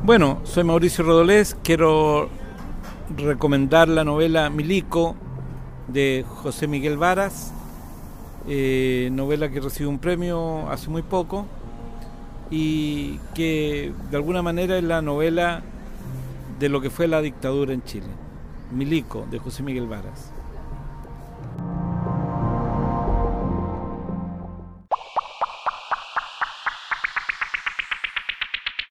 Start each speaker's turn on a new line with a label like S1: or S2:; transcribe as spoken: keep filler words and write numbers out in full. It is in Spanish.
S1: Bueno, soy Mauricio Rodolés, quiero recomendar la novela Milico de José Miguel Varas, eh, novela que recibió un premio hace muy poco y que de alguna manera es la novela de lo que fue la dictadura en Chile. Milico de José Miguel Varas.